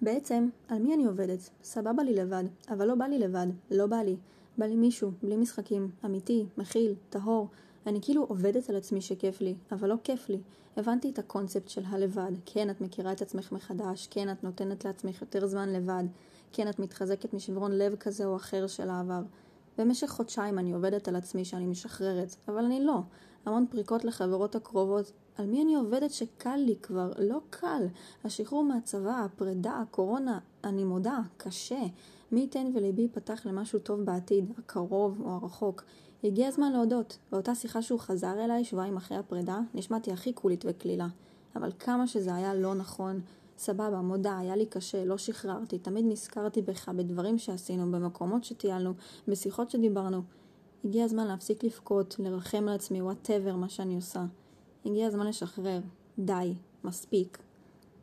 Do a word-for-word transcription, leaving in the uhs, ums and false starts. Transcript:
בעצם, על מי אני עובדת? סבבה לי לבד, אבל לא בא לי לבד, לא בא לי. בא לי מישהו, בלי משחקים, אמיתי, מכיל, טהור. אני כאילו עובדת על עצמי שכיף לי, אבל לא כיף לי. הבנתי את הקונספט של הלבד. כן, את מכירה את עצמך מחדש, כן, את נותנת לעצמך יותר זמן לבד, כן, את מתחזקת משברון לב כזה או אחר של העבר. במשך חודשיים אני עובדת על עצמי שאני משחררת, אבל אני לא. המון פריקות לחברות הקרובות. על מי אני עובדת שקל לי כבר? לא קל. השחרור מהצבא, הפרידה, הקורונה, אני מודה, קשה. מי ייתן וליבי פתח למשהו טוב בעתיד, הקרוב או הרחוק. הגיע הזמן להודות. באותה שיחה שהוא חזר אליי שבועיים אחרי הפרידה, נשמעתי הכי קולית וכלילה. אבל כמה שזה היה לא נכון. סבבה, מודה, היה לי קשה, לא שחררתי, תמיד נזכרתי בך, בדברים שעשינו, במקומות שטיילנו, בשיחות שדיברנו. הגיע הזמן להפסיק לפקות, לרחם על עצמי, whatever מה שאני עושה. הגיע הזמן לשחרר. די, מספיק.